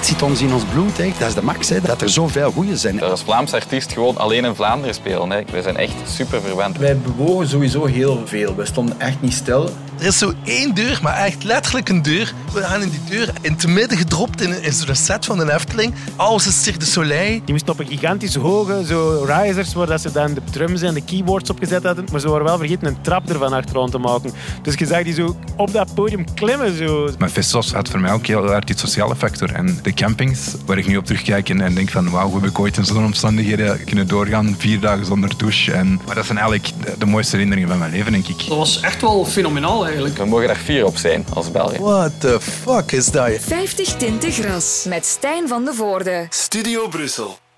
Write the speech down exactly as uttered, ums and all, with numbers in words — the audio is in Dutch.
zit ons in ons bloed. Hè. Dat is de max, hè. Dat er zoveel goeie zijn. Dat als Vlaamse artiest gewoon alleen in Vlaanderen spelen. Hè. We zijn echt super verwend. Wij bewogen sowieso heel veel. We stonden echt niet stil. Er is zo één deur, maar echt letterlijk een deur. We gaan in die deur in het midden gedropt in, in zo'n set van de Efteling. Alles is Cirque du Soleil. Die moesten op een gigantisch hoge zo risers, waar dat ze dan de drums en de keyboards op gezet hadden. Maar ze waren wel vergeten een trap ervan achteraan te maken. Dus je zag die zo op dat podium klimmen. Zo. Maar festivals had voor mij ook heel erg die sociale factor. En de campings, waar ik nu op terugkijk en, en denk van wauw, hoe heb ik ooit in zo'n omstandigheden kunnen doorgaan, vier dagen zonder douche. En, maar dat zijn eigenlijk de, de mooiste herinneringen van mijn leven, denk ik. Dat was echt wel fenomenaal eigenlijk. We mogen daar fier op zijn als België. What the fuck is dat? vijftig tinten gras met Stijn van de Voorde. Studio Brussel.